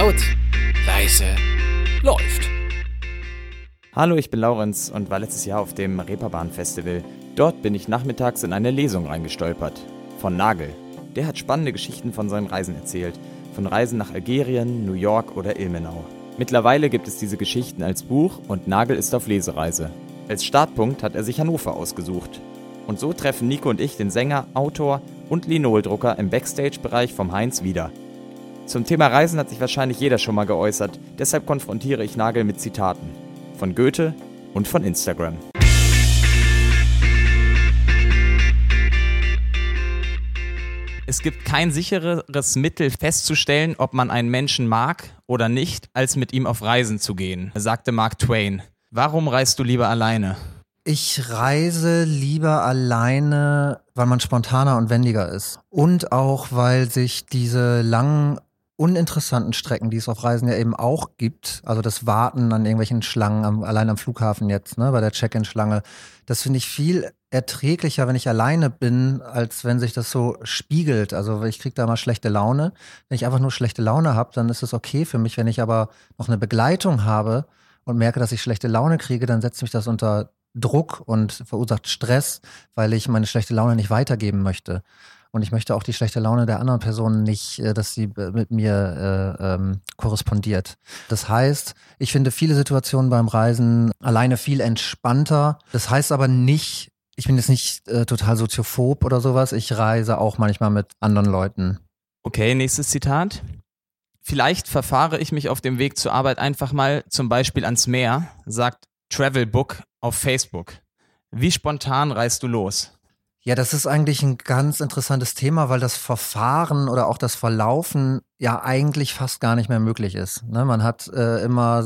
Laut, leise, läuft. Hallo, ich bin Laurenz und war letztes Jahr auf dem Reeperbahn-Festival. Dort bin ich nachmittags in eine Lesung reingestolpert. Von Nagel. Der hat spannende Geschichten von seinen Reisen erzählt. Von Reisen nach Algerien, New York oder Ilmenau. Mittlerweile gibt es diese Geschichten als Buch und Nagel ist auf Lesereise. Als Startpunkt hat er sich Hannover ausgesucht. Und so treffen Nico und ich den Sänger, Autor und Linoldrucker im Backstage-Bereich vom Heinz wieder. Zum Thema Reisen hat sich wahrscheinlich jeder schon mal geäußert, deshalb konfrontiere ich Nagel mit Zitaten. Von Goethe und von Instagram. Es gibt kein sichereres Mittel festzustellen, ob man einen Menschen mag oder nicht, als mit ihm auf Reisen zu gehen, sagte Mark Twain. Warum reist du lieber alleine? Ich reise lieber alleine, weil man spontaner und wendiger ist. Und auch, weil sich diese langen, uninteressanten Strecken, die es auf Reisen ja eben auch gibt, also das Warten an irgendwelchen Schlangen, allein am Flughafen jetzt, ne, bei der Check-in-Schlange, das finde ich viel erträglicher, wenn ich alleine bin, als wenn sich das so spiegelt. Also ich kriege da mal schlechte Laune. Wenn ich einfach nur schlechte Laune habe, dann ist es okay für mich. Wenn ich aber noch eine Begleitung habe und merke, dass ich schlechte Laune kriege, dann setzt mich das unter Druck und verursacht Stress, weil ich meine schlechte Laune nicht weitergeben möchte. Und ich möchte auch die schlechte Laune der anderen Person nicht, dass sie mit mir korrespondiert. Das heißt, ich finde viele Situationen beim Reisen alleine viel entspannter. Das heißt aber nicht, ich bin jetzt nicht total soziophob oder sowas. Ich reise auch manchmal mit anderen Leuten. Okay, nächstes Zitat. Vielleicht verfahre ich mich auf dem Weg zur Arbeit einfach mal zum Beispiel ans Meer, sagt Travelbook auf Facebook. Wie spontan reist du los? Ja, das ist eigentlich ein ganz interessantes Thema, weil das Verfahren oder auch das Verlaufen ja eigentlich fast gar nicht mehr möglich ist. Ne? Man hat immer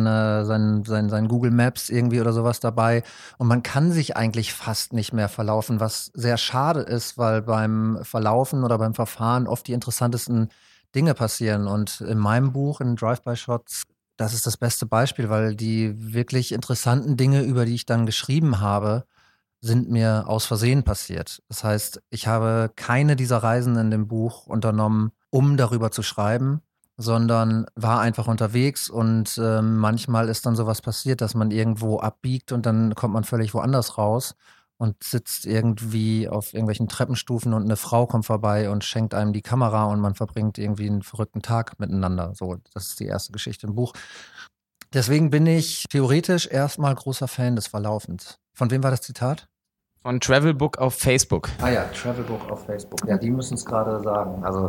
sein Google Maps irgendwie oder sowas dabei und man kann sich eigentlich fast nicht mehr verlaufen, was sehr schade ist, weil beim Verlaufen oder beim Verfahren oft die interessantesten Dinge passieren. Und in meinem Buch, in Drive-by-Shots, das ist das beste Beispiel, weil die wirklich interessanten Dinge, über die ich dann geschrieben habe, sind mir aus Versehen passiert. Das heißt, ich habe keine dieser Reisen in dem Buch unternommen, um darüber zu schreiben, sondern war einfach unterwegs und manchmal ist dann sowas passiert, dass man irgendwo abbiegt und dann kommt man völlig woanders raus und sitzt irgendwie auf irgendwelchen Treppenstufen und eine Frau kommt vorbei und schenkt einem die Kamera und man verbringt irgendwie einen verrückten Tag miteinander. So, das ist die erste Geschichte im Buch. Deswegen bin ich theoretisch erstmal großer Fan des Verlaufens. Von wem war das Zitat? Von Travelbook auf Facebook. Ah ja, Travelbook auf Facebook. Ja, die müssen es gerade sagen. Also,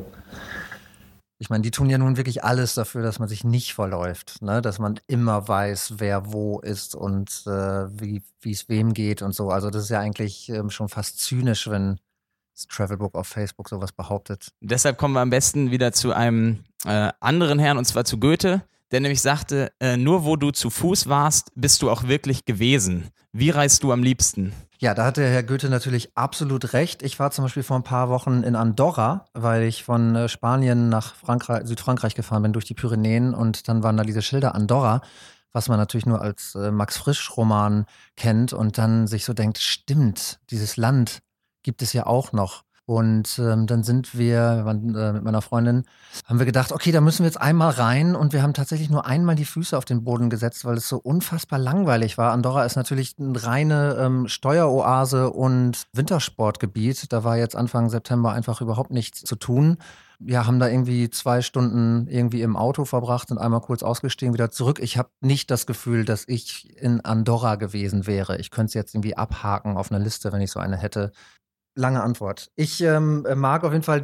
ich meine, die tun ja nun wirklich alles dafür, dass man sich nicht verläuft. Ne? Dass man immer weiß, wer wo ist und wie es wem geht und so. Also, das ist ja eigentlich schon fast zynisch, wenn das Travelbook auf Facebook sowas behauptet. Deshalb kommen wir am besten wieder zu einem anderen Herrn, und zwar zu Goethe, der nämlich sagte, nur wo du zu Fuß warst, bist du auch wirklich gewesen. Wie reist du am liebsten? Ja, da hatte Herr Goethe natürlich absolut recht. Ich war zum Beispiel vor ein paar Wochen in Andorra, weil ich von Spanien nach Südfrankreich gefahren bin, durch die Pyrenäen und dann waren da diese Schilder Andorra, was man natürlich nur als Max-Frisch-Roman kennt und dann sich so denkt, stimmt, dieses Land gibt es ja auch noch. Und dann sind wir mit meiner Freundin, haben wir gedacht, okay, da müssen wir jetzt einmal rein und wir haben tatsächlich nur einmal die Füße auf den Boden gesetzt, weil es so unfassbar langweilig war. Andorra ist natürlich eine reine Steueroase und Wintersportgebiet. Da war jetzt Anfang September einfach überhaupt nichts zu tun. Wir haben da irgendwie 2 Stunden irgendwie im Auto verbracht und einmal kurz ausgestiegen, wieder zurück. Ich habe nicht das Gefühl, dass ich in Andorra gewesen wäre. Ich könnte es jetzt irgendwie abhaken auf einer Liste, wenn ich so eine hätte. Lange Antwort. Ich mag auf jeden Fall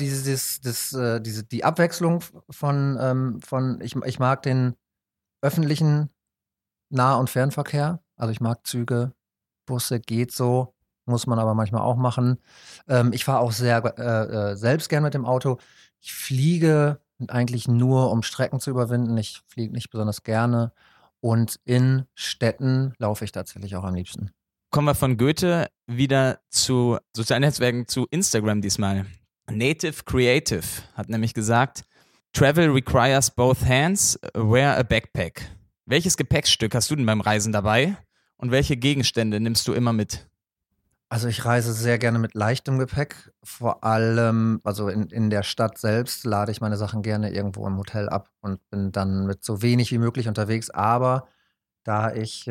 die Abwechslung ich mag den öffentlichen Nah- und Fernverkehr. Also ich mag Züge, Busse, geht so, muss man aber manchmal auch machen. Ich fahre auch sehr selbst gern mit dem Auto. Ich fliege eigentlich nur, um Strecken zu überwinden. Ich fliege nicht besonders gerne. Und in Städten laufe ich tatsächlich auch am liebsten. Kommen wir von Goethe wieder zu sozialen Netzwerken, zu Instagram diesmal. Native Creative hat nämlich gesagt, Travel requires both hands, wear a backpack. Welches Gepäckstück hast du denn beim Reisen dabei und welche Gegenstände nimmst du immer mit? Also ich reise sehr gerne mit leichtem Gepäck. Vor allem, also in der Stadt selbst lade ich meine Sachen gerne irgendwo im Hotel ab und bin dann mit so wenig wie möglich unterwegs. Aber da ich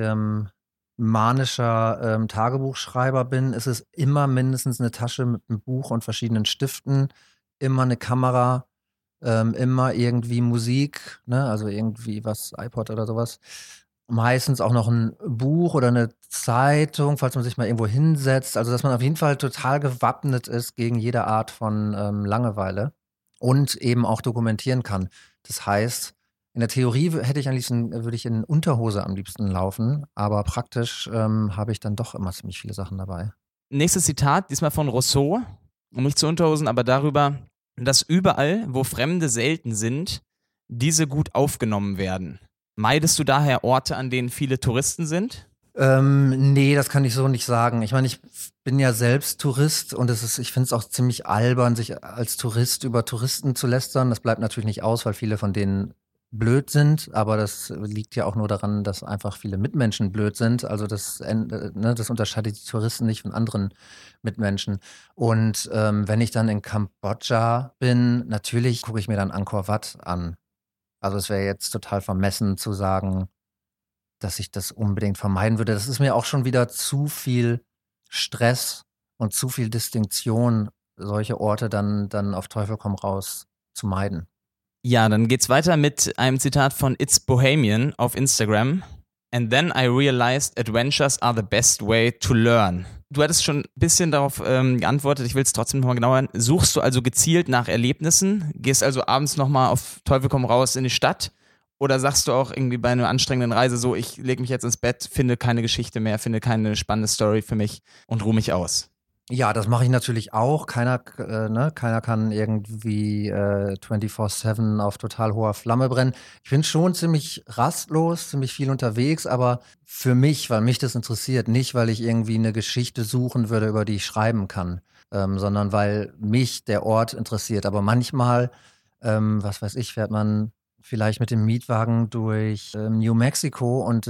manischer Tagebuchschreiber bin, ist es immer mindestens eine Tasche mit einem Buch und verschiedenen Stiften, immer eine Kamera, immer irgendwie Musik, ne? Also irgendwie was, iPod oder sowas. Meistens auch noch ein Buch oder eine Zeitung, falls man sich mal irgendwo hinsetzt. Also, dass man auf jeden Fall total gewappnet ist gegen jede Art von Langeweile und eben auch dokumentieren kann. Das heißt, in der Theorie hätte ich am liebsten, würde ich in Unterhose am liebsten laufen, aber praktisch habe ich dann doch immer ziemlich viele Sachen dabei. Nächstes Zitat, diesmal von Rousseau, um nicht zu Unterhosen, aber darüber, dass überall, wo Fremde selten sind, diese gut aufgenommen werden. Meidest du daher Orte, an denen viele Touristen sind? Nee, das kann ich so nicht sagen. Ich meine, ich bin ja selbst Tourist und ich finde es auch ziemlich albern, sich als Tourist über Touristen zu lästern. Das bleibt natürlich nicht aus, weil viele von denen blöd sind, aber das liegt ja auch nur daran, dass einfach viele Mitmenschen blöd sind. Also das unterscheidet die Touristen nicht von anderen Mitmenschen. Und wenn ich dann in Kambodscha bin, natürlich gucke ich mir dann Angkor Wat an. Also es wäre jetzt total vermessen zu sagen, dass ich das unbedingt vermeiden würde. Das ist mir auch schon wieder zu viel Stress und zu viel Distinktion, solche Orte dann auf Teufel komm raus zu meiden. Ja, dann geht's weiter mit einem Zitat von It's Bohemian auf Instagram. And then I realized adventures are the best way to learn. Du hattest schon ein bisschen darauf geantwortet, ich will es trotzdem nochmal genauer hören. Suchst du also gezielt nach Erlebnissen? Gehst also abends nochmal auf Teufel komm raus in die Stadt? Oder sagst du auch irgendwie bei einer anstrengenden Reise so, ich lege mich jetzt ins Bett, finde keine Geschichte mehr, finde keine spannende Story für mich und ruhe mich aus? Ja, das mache ich natürlich auch. Keiner kann irgendwie 24/7 auf total hoher Flamme brennen. Ich bin schon ziemlich rastlos, ziemlich viel unterwegs, aber für mich, weil mich das interessiert, nicht, weil ich irgendwie eine Geschichte suchen würde, über die ich schreiben kann, sondern weil mich der Ort interessiert. Aber manchmal, was weiß ich, fährt man vielleicht mit dem Mietwagen durch New Mexico und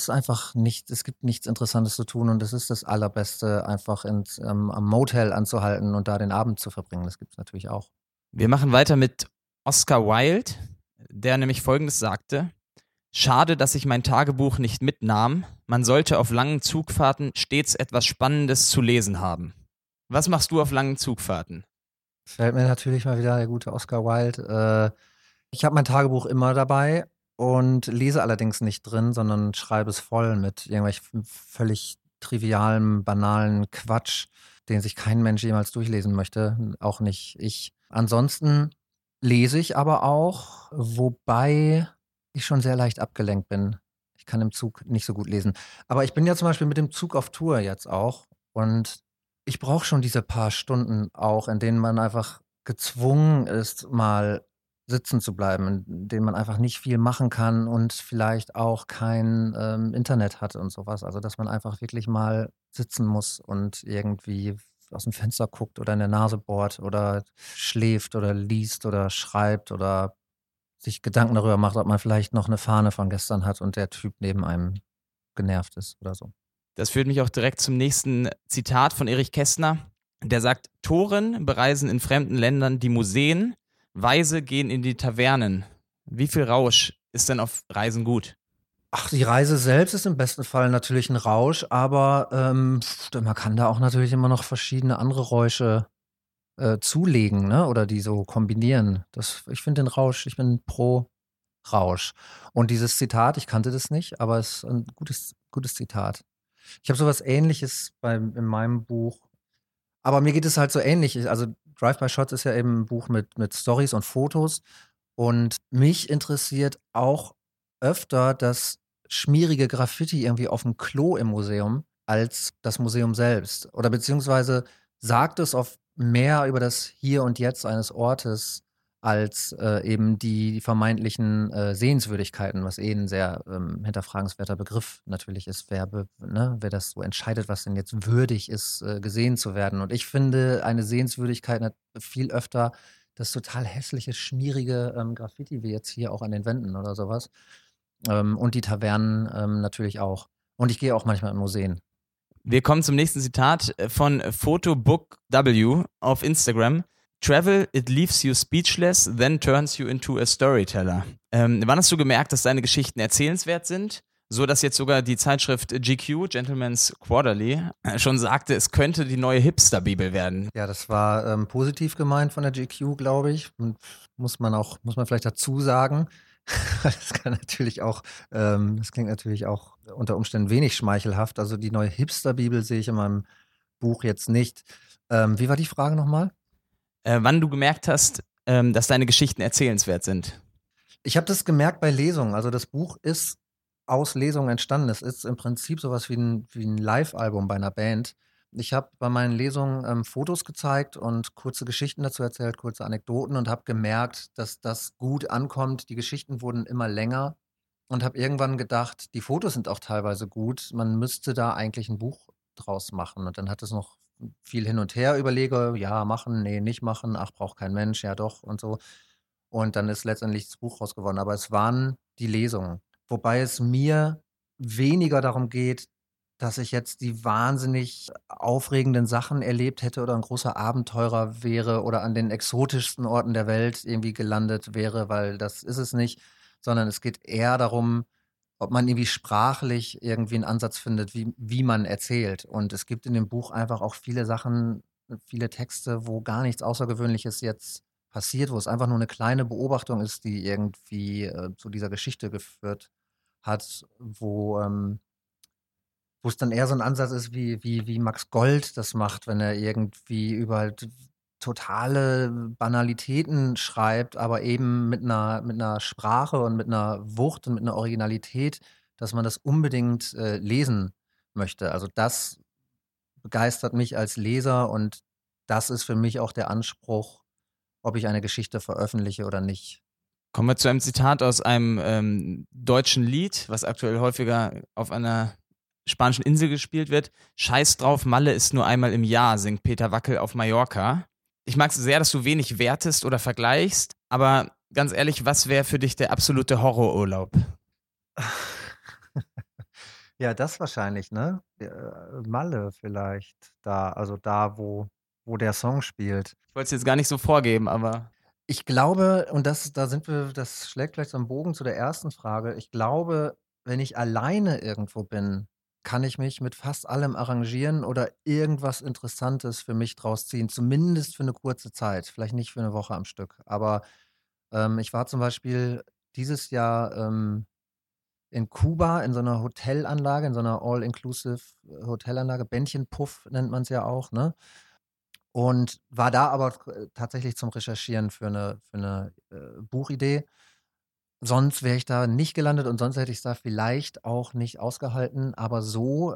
es gibt nichts Interessantes zu tun und es ist das Allerbeste, einfach am Motel anzuhalten und da den Abend zu verbringen. Das gibt es natürlich auch. Wir machen weiter mit Oscar Wilde, der nämlich Folgendes sagte: Schade, dass ich mein Tagebuch nicht mitnahm. Man sollte auf langen Zugfahrten stets etwas Spannendes zu lesen haben. Was machst du auf langen Zugfahrten? Fällt mir natürlich mal wieder der gute Oscar Wilde. Ich habe mein Tagebuch immer dabei und lese allerdings nicht drin, sondern schreibe es voll mit irgendwelchen völlig trivialen, banalen Quatsch, den sich kein Mensch jemals durchlesen möchte, auch nicht ich. Ansonsten lese ich aber auch, wobei ich schon sehr leicht abgelenkt bin. Ich kann im Zug nicht so gut lesen. Aber ich bin ja zum Beispiel mit dem Zug auf Tour jetzt auch und ich brauche schon diese paar Stunden auch, in denen man einfach gezwungen ist, mal sitzen zu bleiben, in denen man einfach nicht viel machen kann und vielleicht auch kein Internet hat und sowas. Also, dass man einfach wirklich mal sitzen muss und irgendwie aus dem Fenster guckt oder in der Nase bohrt oder schläft oder liest oder schreibt oder sich Gedanken darüber macht, ob man vielleicht noch eine Fahne von gestern hat und der Typ neben einem genervt ist oder so. Das führt mich auch direkt zum nächsten Zitat von Erich Kästner. Der sagt: Toren bereisen in fremden Ländern die Museen, Weise gehen in die Tavernen. Wie viel Rausch ist denn auf Reisen gut? Ach, die Reise selbst ist im besten Fall natürlich ein Rausch, aber man kann da auch natürlich immer noch verschiedene andere Räusche zulegen, ne? Oder die so kombinieren. Ich finde den Rausch, ich bin pro Rausch. Und dieses Zitat, ich kannte das nicht, aber es ist ein gutes Zitat. Ich habe sowas Ähnliches in meinem Buch, aber mir geht es halt so ähnlich. Also Drive-by Shots ist ja eben ein Buch mit Stories und Fotos. Und mich interessiert auch öfter das schmierige Graffiti irgendwie auf dem Klo im Museum als das Museum selbst. Oder beziehungsweise sagt es oft mehr über das Hier und Jetzt eines Ortes als eben die vermeintlichen Sehenswürdigkeiten, was ein sehr hinterfragenswerter Begriff natürlich ist, wer das so entscheidet, was denn jetzt würdig ist, gesehen zu werden. Und ich finde, eine Sehenswürdigkeit hat viel öfter das total hässliche, schmierige Graffiti, wie jetzt hier auch an den Wänden oder sowas. Und die Tavernen natürlich auch. Und ich gehe auch manchmal in Museen. Wir kommen zum nächsten Zitat von Photobook W auf Instagram. Travel, it leaves you speechless, then turns you into a storyteller. Wann hast du gemerkt, dass deine Geschichten erzählenswert sind? So dass jetzt sogar die Zeitschrift GQ, Gentleman's Quarterly, schon sagte, es könnte die neue Hipster-Bibel werden. Ja, das war positiv gemeint von der GQ, glaube ich. Und muss man vielleicht dazu sagen. Das klingt natürlich auch unter Umständen wenig schmeichelhaft. Also die neue Hipster-Bibel sehe ich in meinem Buch jetzt nicht. Wie war die Frage nochmal? Wann du gemerkt hast, dass deine Geschichten erzählenswert sind? Ich habe das gemerkt bei Lesungen. Also das Buch ist aus Lesungen entstanden. Es ist im Prinzip sowas wie ein Live-Album bei einer Band. Ich habe bei meinen Lesungen Fotos gezeigt und kurze Geschichten dazu erzählt, kurze Anekdoten und habe gemerkt, dass das gut ankommt. Die Geschichten wurden immer länger und habe irgendwann gedacht, die Fotos sind auch teilweise gut. Man müsste da eigentlich ein Buch draus machen. Und dann hat es noch viel hin und her überlege, ja, machen, nee, nicht machen, ach, braucht kein Mensch, ja doch und so. Und dann ist letztendlich das Buch raus geworden. Aber es waren die Lesungen. Wobei es mir weniger darum geht, dass ich jetzt die wahnsinnig aufregenden Sachen erlebt hätte oder ein großer Abenteurer wäre oder an den exotischsten Orten der Welt irgendwie gelandet wäre, weil das ist es nicht, sondern es geht eher darum, ob man irgendwie sprachlich irgendwie einen Ansatz findet, wie man erzählt. Und es gibt in dem Buch einfach auch viele Sachen, viele Texte, wo gar nichts Außergewöhnliches jetzt passiert, wo es einfach nur eine kleine Beobachtung ist, die irgendwie zu dieser Geschichte geführt hat, wo es dann eher so ein Ansatz ist, wie Max Gold das macht, wenn er irgendwie über halt totale Banalitäten schreibt, aber eben mit einer Sprache und mit einer Wucht und mit einer Originalität, dass man das unbedingt lesen möchte. Also das begeistert mich als Leser und das ist für mich auch der Anspruch, ob ich eine Geschichte veröffentliche oder nicht. Kommen wir zu einem Zitat aus einem deutschen Lied, was aktuell häufiger auf einer spanischen Insel gespielt wird. Scheiß drauf, Malle ist nur einmal im Jahr, singt Peter Wackel auf Mallorca. Ich mag es sehr, dass du wenig wertest oder vergleichst, aber ganz ehrlich, was wäre für dich der absolute Horrorurlaub? Ja, das wahrscheinlich, ne? Malle vielleicht also da, wo der Song spielt. Ich wollte es jetzt gar nicht so vorgeben, aber Ich glaube, und das schlägt vielleicht so einen Bogen zu der ersten Frage. Ich glaube, wenn ich alleine irgendwo bin, kann ich mich mit fast allem arrangieren oder irgendwas Interessantes für mich draus ziehen, zumindest für eine kurze Zeit, vielleicht nicht für eine Woche am Stück. Aber ich war zum Beispiel dieses Jahr in Kuba in so einer Hotelanlage, in so einer All-Inclusive Hotelanlage, Bändchenpuff nennt man es ja auch, ne? Und war da aber tatsächlich zum Recherchieren für eine Buchidee. Sonst wäre ich da nicht gelandet und sonst hätte ich's da vielleicht auch nicht ausgehalten. Aber so,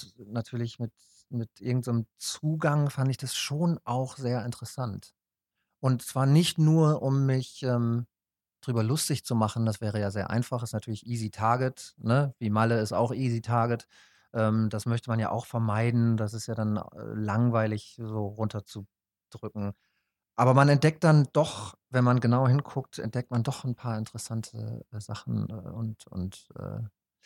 mit irgend so 'nem Zugang fand ich das schon auch sehr interessant. Und zwar nicht nur, um mich, drüber lustig zu machen, das wäre ja sehr einfach, ist natürlich easy target, ne? Wie Malle ist auch easy target. Das möchte man ja auch vermeiden. Das ist ja dann, langweilig, so runterzudrücken. Aber man entdeckt dann doch, wenn man genau hinguckt, entdeckt man doch ein paar interessante, Sachen, und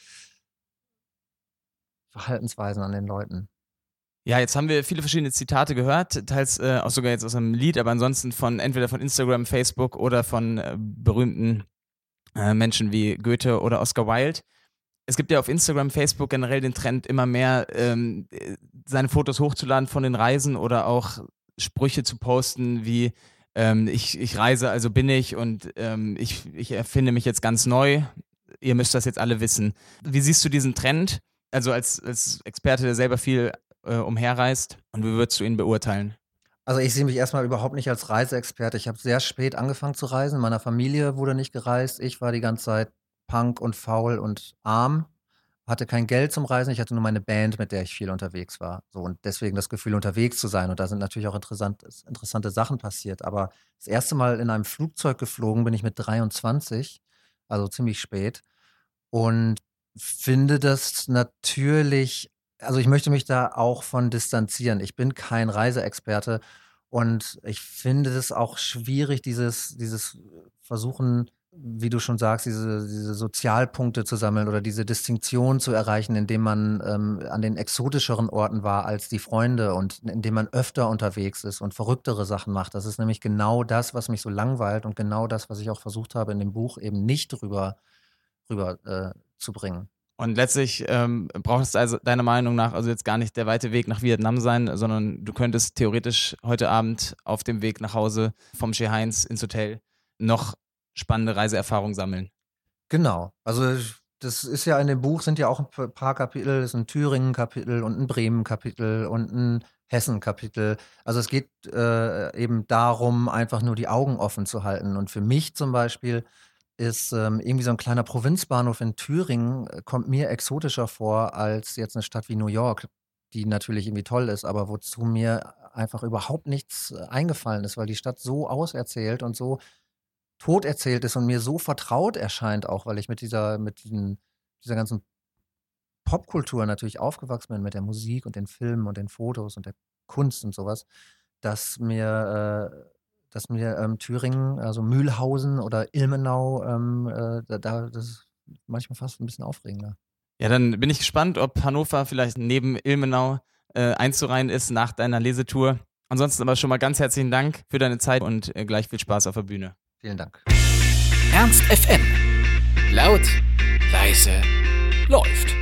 Verhaltensweisen an den Leuten. ja, jetzt haben wir viele verschiedene Zitate gehört, teils auch sogar jetzt aus einem Lied, aber ansonsten entweder von Instagram, Facebook oder von berühmten Menschen wie Goethe oder Oscar Wilde. Es gibt ja auf Instagram, Facebook generell den Trend, immer mehr seine Fotos hochzuladen von den Reisen oder auch Sprüche zu posten wie ich reise, also bin ich und ich erfinde mich jetzt ganz neu. Ihr müsst das jetzt alle wissen. Wie siehst du diesen Trend? Also als Experte, der selber viel umherreist, und wie würdest du ihn beurteilen? Also, ich sehe mich erstmal überhaupt nicht als Reiseexperte. Ich habe sehr spät angefangen zu reisen. In meiner Familie wurde nicht gereist. Ich war die ganze Zeit Punk und faul und arm, hatte kein Geld zum Reisen. Ich hatte nur meine Band, mit der ich viel unterwegs war. So, und deswegen das Gefühl, unterwegs zu sein. Und da sind natürlich auch interessante Sachen passiert. Aber das erste Mal in einem Flugzeug geflogen bin ich mit 23, also ziemlich spät. Und finde das natürlich, also ich möchte mich da auch von distanzieren. Ich bin kein Reiseexperte und ich finde das auch schwierig, dieses Versuchen, wie du schon sagst, diese Sozialpunkte zu sammeln oder diese Distinktion zu erreichen, indem man an den exotischeren Orten war als die Freunde und indem man öfter unterwegs ist und verrücktere Sachen macht. Das ist nämlich genau das, was mich so langweilt und genau das, was ich auch versucht habe in dem Buch eben nicht rüber zu bringen. Und letztlich braucht es also deiner Meinung nach also jetzt gar nicht der weite Weg nach Vietnam sein, sondern du könntest theoretisch heute Abend auf dem Weg nach Hause vom Chez Heinz ins Hotel noch spannende Reiseerfahrungen sammeln. Genau. Also das ist ja in dem Buch sind ja auch ein paar Kapitel, es ist ein Thüringen-Kapitel und ein Bremen-Kapitel und ein Hessen-Kapitel. Also es geht eben darum, einfach nur die Augen offen zu halten. Und für mich zum Beispiel ist irgendwie so ein kleiner Provinzbahnhof in Thüringen, kommt mir exotischer vor als jetzt eine Stadt wie New York, die natürlich irgendwie toll ist, aber wozu mir einfach überhaupt nichts eingefallen ist, weil die Stadt so auserzählt und so tot erzählt ist und mir so vertraut erscheint auch, weil ich mit dieser ganzen Popkultur natürlich aufgewachsen bin, mit der Musik und den Filmen und den Fotos und der Kunst und sowas, dass mir Thüringen, also Mühlhausen oder Ilmenau, das ist manchmal fast ein bisschen aufregender. Ja, dann bin ich gespannt, ob Hannover vielleicht neben Ilmenau einzureihen ist nach deiner Lesetour. Ansonsten aber schon mal ganz herzlichen Dank für deine Zeit und gleich viel Spaß auf der Bühne. Vielen Dank. Ernst FM. Laut, leise, läuft.